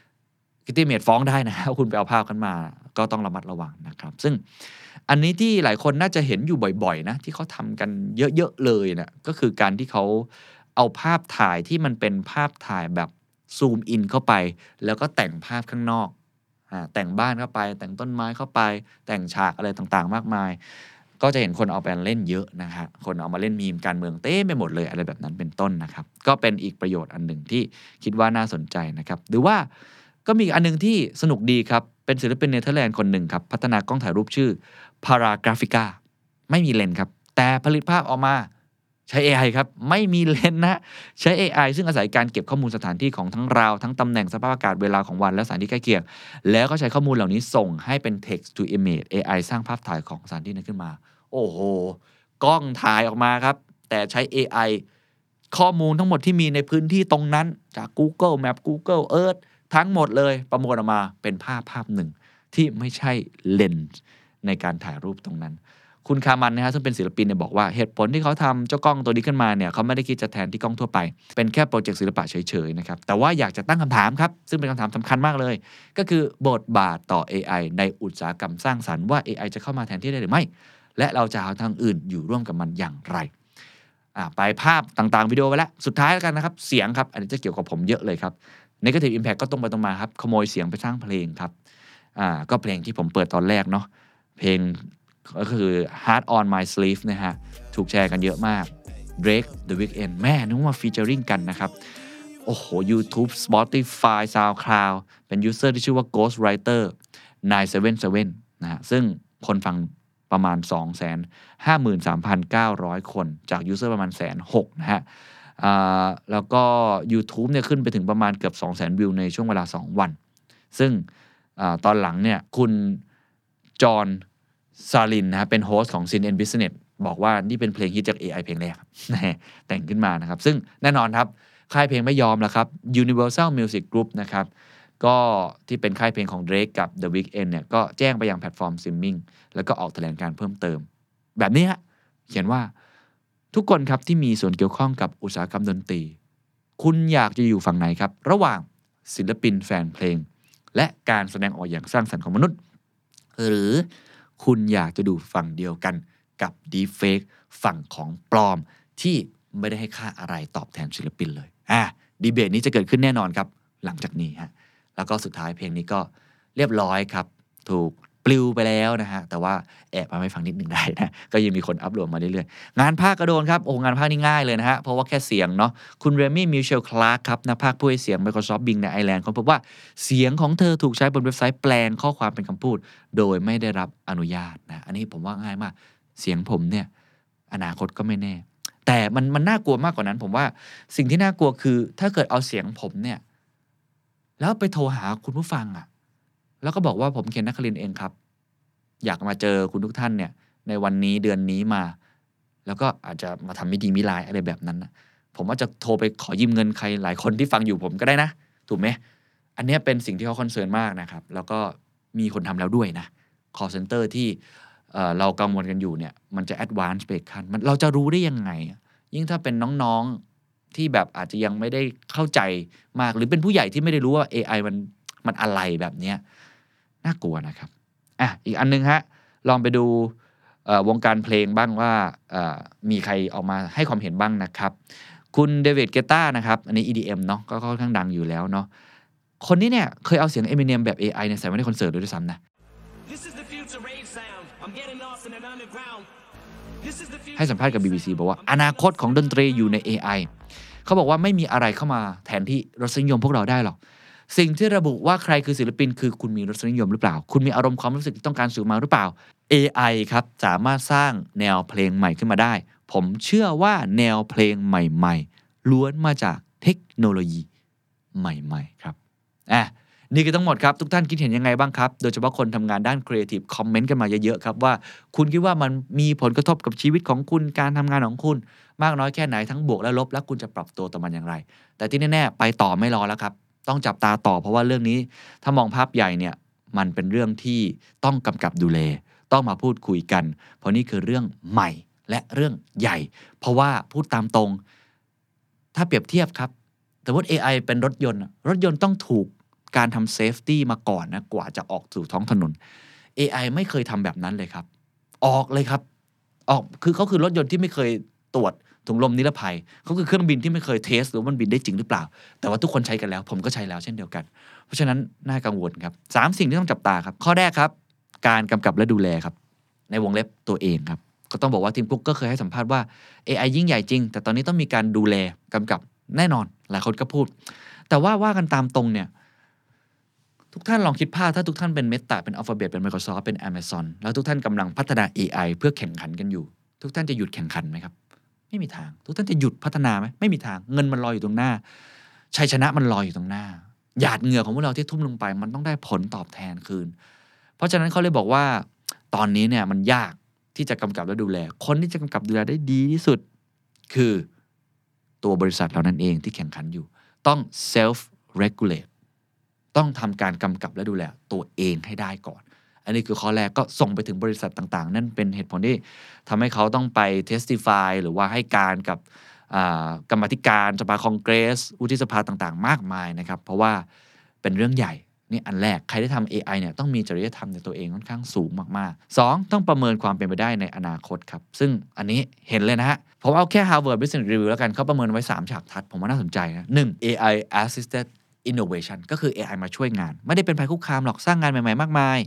Getty Image ฟ้องได้นะคุณไปเอาภาพกันมาก็ต้องระมัดระวังนะครับซึ่งอันนี้ที่หลายคนน่าจะเห็นอยู่บ่อยๆนะที่เขาทำกันเยอะๆเลยนะก็คือการที่เขาเอาภาพถ่ายที่มันเป็นภาพถ่ายแบบซูมอินเข้าไปแล้วก็แต่งภาพข้างนอกแต่งบ้านเข้าไปแต่งต้นไม้เข้าไปแต่งฉากอะไรต่างๆมากมายก็จะเห็นคนเอาไปเล่นเยอะนะฮะคนเอามาเล่นมีมการเมืองเต้ไปหมดเลยอะไรแบบนั้นเป็นต้นนะครับก็เป็นอีกประโยชน์อันหนึ่งที่คิดว่าน่าสนใจนะครับหรือว่าก็มีอันนึงที่สนุกดีครับเป็นศิลปินเนเธอร์แลนด์คนหนึ่งครับพัฒนากล้องถ่ายรูปชื่อ Paragráfica ไม่มีเลนส์ครับแต่ผลิตภาพออกมาใช้ AI ครับไม่มีเลนส์นะใช้ AI ซึ่งอาศัยการเก็บข้อมูลสถานที่ของทั้งราวทั้งตำแหน่งสภาพอากาศเวลาของวันและสถานที่ใกล้เคียงแล้วก็ใช้ข้อมูลเหล่านี้ส่งให้เป็น text to image AI สร้างภาพถ่ายของสถานที่นั้นขึ้นมาโอ้โหกล้องถ่ายออกมาครับแต่ใช้ AI ข้อมูลทั้งหมดที่มีในพื้นที่ตรงนั้นจาก Google Map Google Earth ทั้งหมดเลยประมวลออกมาเป็นภาพหนึ่งที่ไม่ใช่เลนส์ในการถ่ายรูปตรงนั้นคุณคามันนะฮะซึ่งเป็นศิลปินเนี่ยบอกว่าเหตุผลที่เขาทำเจ้ากล้องตัวนี้ขึ้นมาเนี่ยเขาไม่ได้คิดจะแทนที่กล้องทั่วไปเป็นแค่โปรเจกต์ศิลปะเฉยๆนะครับแต่ว่าอยากจะตั้งคำถามครับซึ่งเป็นคำถามสำคัญมากเลยก็คือบทบาทต่อ AI ในอุตสาหกรรมสร้างสรรค์ว่า AI จะเข้ามาแทนที่ได้หรือไม่และเราจะหาทางอื่นอยู่ร่วมกับมันอย่างไรไปภาพต่างๆวิดีโอไปแล้วสุดท้ายแล้วกันนะครับเสียงครับอันนี้จะเกี่ยวกับผมเยอะเลยครับ Negative Impact ก็ตรงไปตรงมาครับขโมยเสียงไปสร้างเพลงครับก็เพลงที่ผมเปิดตอนแรกเนาะเพลงก็คือ Heart on My Sleeve นะฮะถูกแชร์กันเยอะมาก Drake The Weeknd แม่นึกว่าฟีเจอริ่งกันนะครับโอ้โห YouTube Spotify SoundCloud เป็น user ที่ชื่อว่า Ghostwriter 977นะฮะซึ่งคนฟังประมาณ 253,900 คนจาก user ประมาณ 160,000 นะฮะแล้วก็ YouTube เนี่ยขึ้นไปถึงประมาณเกือบ 200,000 วิวในช่วงเวลา 2 วันซึ่งตอนหลังเนี่ยคุณจอห์นซาลินนะฮะเป็นโฮสต์ของ Sin and Business บอกว่านี่เป็นเพลงฮิตจาก AI เพลงแรกแต่งขึ้นมานะครับซึ่งแน่นอนครับค่ายเพลงไม่ยอมแล้วครับ Universal Music Group นะครับก็ที่เป็นค่ายเพลงของ Drake กับ The Weeknd เนี่ยก็แจ้งไปยังแพลตฟอร์ม Streaming แล้วก็ออกแถลงการเพิ่มเติมแบบนี้ฮะเขียนว่าทุกคนครับที่มีส่วนเกี่ยวข้องกับอุตสาหกรรมดนตรีคุณอยากจะอยู่ฝั่งไหนครับระหว่างศิลปินแฟนเพลงและการแสดงออกอย่างสร้างสรรค์ของมนุษย์หรือคุณอยากจะดูฝั่งเดียวกันกับ Deepfake ฝั่งของปลอมที่ไม่ได้ให้ค่าอะไรตอบแทนศิลปินเลยดีเบตนี้จะเกิดขึ้นแน่นอนครับหลังจากนี้ฮะแล้วก็สุดท้ายเพลงนี้ก็เรียบร้อยครับถูกปลิวไปแล้วนะฮะแต่ว่าแอบมาให้ฟังนิดหนึ่งได้นะก็ยังมีคนอัปโหลดมาเรื่อยๆงานภาคกระโดนครับโอ้งานภาคนี่ง่ายเลยนะฮะเพราะว่าแค่เสียงเนาะคุณเรมี่มิเชลคลาร์กครับนักภาคผู้ให้เสียง Microsoft Bing ในไอร์แลนด์เขาพบว่าเสียงของเธอถูกใช้บนเว็บไซต์แปลงข้อความเป็นคำพูดโดยไม่ได้รับอนุญาตนะอันนี้ผมว่าง่ายมากเสียงผมเนี่ยอนาคตก็ไม่แน่แต่มันน่ากลัวมากกว่านั้นผมว่าสิ่งที่น่ากลัวคือถ้าเกิดเอาเสียงผมเนี่ยแล้วไปโทรหาคุณผู้ฟังแล้วก็บอกว่าผมเคนนัครินทร์เองครับอยากมาเจอคุณทุกท่านเนี่ยในวันนี้เดือนนี้มาแล้วก็อาจจะมาทำไม่ดีมิร้ายอะไรแบบนั้นนะผมว่าจะโทรไปขอยืมเงินใครหลายคนที่ฟังอยู่ผมก็ได้นะถูกไหมอันนี้เป็นสิ่งที่เขาคอนเซิร์นมากนะครับแล้วก็มีคนทำแล้วด้วยนะ call center ที่เรากังวลกันอยู่เนี่ยมันจะ advance ไปขั้นเราจะรู้ได้ยังไงยิ่งถ้าเป็นน้องๆที่แบบอาจจะยังไม่ได้เข้าใจมากหรือเป็นผู้ใหญ่ที่ไม่ได้รู้ว่า AI มันอะไรแบบนี้น่ากลัวนะครับอีกอันนึงฮะลองไปดูวงการเพลงบ้างว่ามีใครออกมาให้ความเห็นบ้างนะครับคุณเดวิดเกต้านะครับอันนี้ EDM เนาะก็ค่อนข้างดังอยู่แล้วเนาะคนนี้เนี่ยเคยเอาเสียง Eminem แบบ AI เนี่ยใส่ไว้ในคอนเสิร์ตด้วยซ้ำนะให้สัมภาษณ์กับ BBC บอกว่าอนาคตของดนตรีอยู่ใน AI เขาบอกว่าไม่มีอะไรเข้ามาแทนที่รสนิยมพวกเราได้หรอกสิ่งที่ระบุว่าใครคือศิลปินคือคุณมีรสนิยมหรือเปล่าคุณมีอารมณ์ความรู้สึกที่ต้องการสื่อมาหรือเปล่า AI ครับสามารถสร้างแนวเพลงใหม่ขึ้นมาได้ผมเชื่อว่าแนวเพลงใหม่ๆล้วนมาจากเทคโนโลยีใหม่ๆครับนี่คือทั้งหมดครับทุกท่านคิดเห็นยังไงบ้างครับโดยเฉพาะคนทำงานด้านครีเอทีฟคอมเมนต์กันมาเยอะๆครับว่าคุณคิดว่ามันมีผลกระทบกับชีวิตของคุณการทำงานของคุณมากน้อยแค่ไหนทั้งบวกและลบและคุณจะปรับตัวต่อมันอย่างไรแต่ที่แน่ๆไปต่อไม่รอแล้วครับต้องจับตาต่อเพราะว่าเรื่องนี้ถ้ามองภาพใหญ่เนี่ยมันเป็นเรื่องที่ต้องกำกับดูแลต้องมาพูดคุยกันเพราะนี่คือเรื่องใหม่และเรื่องใหญ่เพราะว่าพูดตามตรงถ้าเปรียบเทียบครับสมมติ AI เป็นรถยนต์ต้องถูกการทำเซฟตี้มาก่อนนะกว่าจะออกสู่ท้องถนน AI ไม่เคยทำแบบนั้นเลยครับออกเลยครับออกคือเขาคือรถยนต์ที่ไม่เคยตรวจถุงลมนิรภัยเขาคือเครื่องบินที่ไม่เคยเทสหรือมันบินได้จริงหรือเปล่าแต่ว่าทุกคนใช้กันแล้วผมก็ใช้แล้วเช่นเดียวกันเพราะฉะนั้นน่ากังวลครับ3สิ่งที่ต้องจับตาครับข้อแรกครับการกำกับและดูแลครับในวงเล็บตัวเองครับก็ต้องบอกว่าทีมคุกก็เคยให้สัมภาษณ์ว่า AI ยิ่งใหญ่จริงแต่ตอนนี้ต้องมีการดูแลกำกับแน่นอนหลายคนก็พูดแต่ว่ากันตามตรงเนี่ยทุกท่านลองคิดภาพถ้าทุกท่านเป็น Meta เป็น Alphabet เป็น Microsoft เป็น Amazon แล้วทุกท่านกำลังพัฒนา AI เพื่อแข่งขันกันอยู่ทุกท่านจะหยุดแข่งขันไหมครับไม่มีทางทุกท่านจะหยุดพัฒนาไหมไม่มีทางเงินมันรออยู่ตรงหน้าชัยชนะมันรออยู่ตรงหน้าหยาดเหงื่อของพวกเราที่ทุ่มลงไปมันต้องได้ผลตอบแทนคืนเพราะฉะนั้นเขาเลยบอกว่าตอนนี้เนี่ยมันยากที่จะกำกับและดูแลคนที่จะกำกับดูแลได้ดีที่สุดคือตัวบริษัทเรานั่นเองที่แข่งขันอยู่ต้อง self regulate ต้องทำการกำกับและดูแลตัวเองให้ได้ก่อนอันนี้คือข้อแรกก็ส่งไปถึงบริษัทต่างๆนั่นเป็นเหตุผลที่ทำให้เขาต้องไป testify หรือว่าให้การกับกรรมาธิการสภาคองเกรสวุฒิสภาต่างๆมากมายนะครับเพราะว่าเป็นเรื่องใหญ่นี่อันแรกใครที่ทำ AI เนี่ยต้องมีจริยธรรมในตัวเองค่อนข้างสูงมากๆ2ต้องประเมินความเป็นไปได้ในอนาคตครับซึ่งอันนี้เห็นเลยนะฮะผมเอาแค่ Harvard Business Review แล้วกันเขาประเมินไว้3ฉากทัดผมว่าน่าสนใจนะ 1. AI assisted innovation ก็คือ AI มาช่วยงานไม่ได้เป็นภัยคุกคามหรอกสร้างงานใหม่ๆมากมาย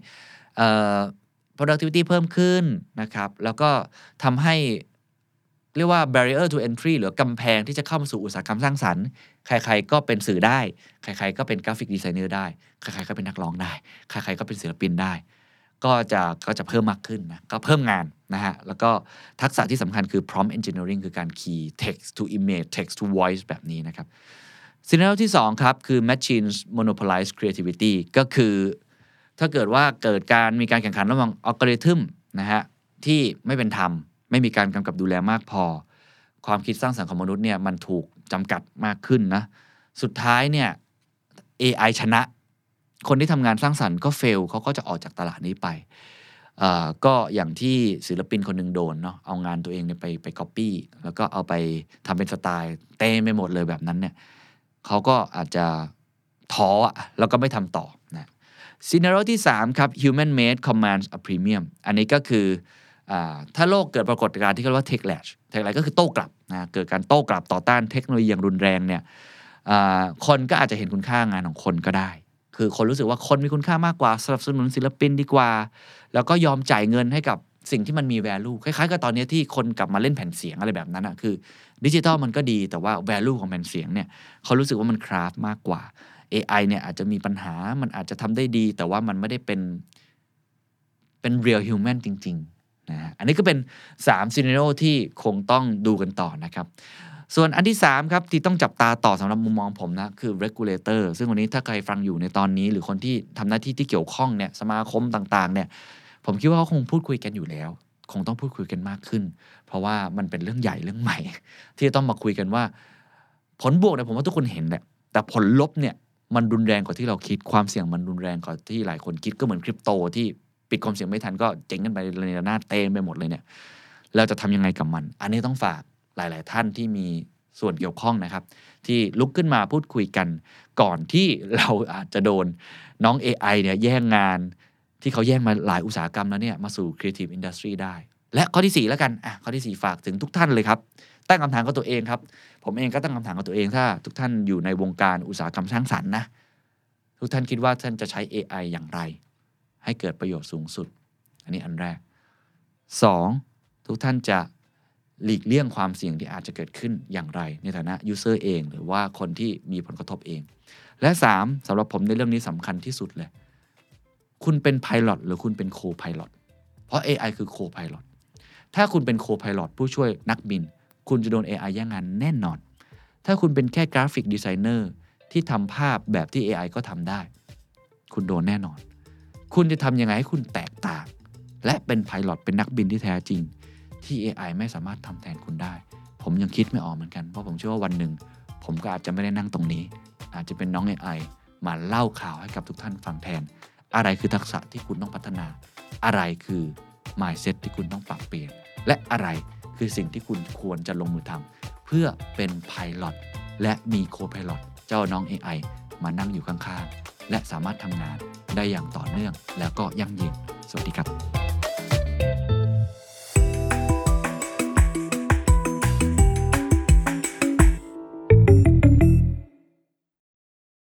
productivity เพิ่มขึ้นนะครับแล้วก็ทำให้เรียกว่า barrier to entry หรือกำแพงที่จะเข้ามาสู่อุตสาหกรรมสร้างสรรค์ใครๆก็เป็นสื่อได้ใครๆก็เป็นกราฟิกดีไซเนอร์ได้ใครๆก็เป็นนักร้องได้ใครๆก็เป็นศิลปินได้ก็จะเพิ่มมากขึ้นนะก็เพิ่มงานนะฮะแล้วก็ทักษะที่สำคัญคือ prompt engineering คือการ key text to image text to voice แบบนี้นะครับscenario ที่2ครับคือ machines monopolize creativity ก็คือถ้าเกิดว่าเกิดมีการแข่งขันระหว่างอัลกอริทึมนะฮะที่ไม่เป็นธรรมไม่มีการกำกับดูแลมากพอความคิดสร้างสรรค์ของมนุษย์เนี่ยมันถูกจำกัดมากขึ้นนะสุดท้ายเนี่ย AI ชนะคนที่ทำงานสร้างสรรค์ก็เฟลเขาก็จะออกจากตลาดนี้ไปก็อย่างที่ศิลปินคนหนึ่งโดนเนาะเอางานตัวเองเนี่ยไปก๊อปปี้แล้วก็เอาไปทำเป็นสไตล์เต้ไม่หมดเลยแบบนั้นเนี่ยเขาก็อาจจะท้อแล้วก็ไม่ทำต่อนะscenario ที่3ครับ human made commands a premium อันนี้ก็คือถ้าโลกเกิดปรากฏการณ์ที่เรียกว่า tech lash ก็คือโต้กลับนะเกิดการโต้กลับต่อต้านเทคโนโลยีอย่างรุนแรงเนี่ยคนก็อาจจะเห็นคุณค่างานของคนก็ได้คือคนรู้สึกว่าคนมีคุณค่ามากกว่าสนับสนุนศิลปินดีกว่าแล้วก็ยอมจ่ายเงินให้กับสิ่งที่มันมี value คล้ายๆกับตอนนี้ที่คนกลับมาเล่นแผ่นเสียงอะไรแบบนั้นคือดิจิทัลมันก็ดีแต่ว่า value ของแผ่นเสียงเนี่ยเขารู้สึกว่ามันคราฟมากกว่า AI เนี่ยอาจจะมีปัญหามันอาจจะทำได้ดีแต่ว่ามันไม่ได้เป็น real human จริงๆนะอันนี้ก็เป็น3 scenario ที่คงต้องดูกันต่อนะครับส่วนอันที่3ครับที่ต้องจับตาต่อสำหรับมุมมองผมนะคือ regulator ซึ่งวันนี้ถ้าใครฟังอยู่ในตอนนี้หรือคนที่ทำหน้าที่ที่เกี่ยวข้องเนี่ยสมาคมต่างๆเนี่ยผมคิดว่าเขาคงพูดคุยกันอยู่แล้วคงต้องพูดคุยกันมากขึ้นเพราะว่ามันเป็นเรื่องใหญ่เรื่องใหม่ที่จะต้องมาคุยกันว่าผลบวกเนี่ยผมว่าทุกคนเห็นแหละแต่ผลลบเนี่ยมันรุนแรงกว่าที่เราคิดความเสี่ยงมันรุนแรงกว่าที่หลายคนคิดก็เหมือนคริปโตที่ปิดความเสี่ยงไม่ทันก็เจ๊งกันไปในระนาดเต็มไปหมดเลยเนี่ยเราจะทำยังไงกับมันอันนี้ต้องฝากหลายๆท่านที่มีส่วนเกี่ยวข้องนะครับที่ลุกขึ้นมาพูดคุยกันก่อนที่เราอาจจะโดนน้อง AI เนี่ยแย่งงานที่เขาแย่งมาหลายอุตสาหกรรมแล้วเนี่ยมาสู่ Creative Industry ได้และข้อที่4แล้วกันข้อที่4ฝากถึงทุกท่านเลยครับตั้งคำถามกับตัวเองครับผมเองก็ตั้งคำถามกับตัวเองถ้าทุกท่านอยู่ในวงการอุตสาหกรรมสร้างสรรค์นะทุกท่านคิดว่าท่านจะใช้ AI อย่างไรให้เกิดประโยชน์สูงสุดอันนี้อันแรก2ทุกท่านจะหลีกเลี่ยงความเสี่ยงที่อาจจะเกิดขึ้นอย่างไรในฐานะ user เองหรือว่าคนที่มีผลกระทบเองและ3สำหรับผมในเรื่องนี้สำคัญที่สุดเลยคุณเป็น Pilot หรือคุณเป็น Co-Pilot เพราะ AI คือ Co-Pilot ถ้าคุณเป็น Co-Pilot ผู้ช่วยนักบินคุณจะโดน AI แย่งงานแน่นอนถ้าคุณเป็นแค่กราฟิกดีไซเนอร์ที่ทำภาพแบบที่ AI ก็ทำได้คุณโดนแน่นอนคุณจะทำยังไงให้คุณแตกต่างและเป็น Pilot เป็นนักบินที่แท้จริงที่ AI ไม่สามารถทำแทนคุณได้ผมยังคิดไม่ออกเหมือนกันเพราะผมเชื่อว่าวันหนึ่งผมก็อาจจะไม่ได้นั่งตรงนี้อาจจะเป็นน้อง AI มาเล่าข่าวให้กับทุกท่านฟังแทนอะไรคือทักษะที่คุณต้องพัฒนาอะไรคือ mindset ที่คุณต้องปรับเปลี่ยนและอะไรคือสิ่งที่คุณควรจะลงมือทำเพื่อเป็น Pilot และมี Co-Pilot เจ้าน้อง AI มานั่งอยู่ข้างๆและสามารถทำงานได้อย่างต่อเนื่องแล้วก็ยั่งยืนสวัสดีครับ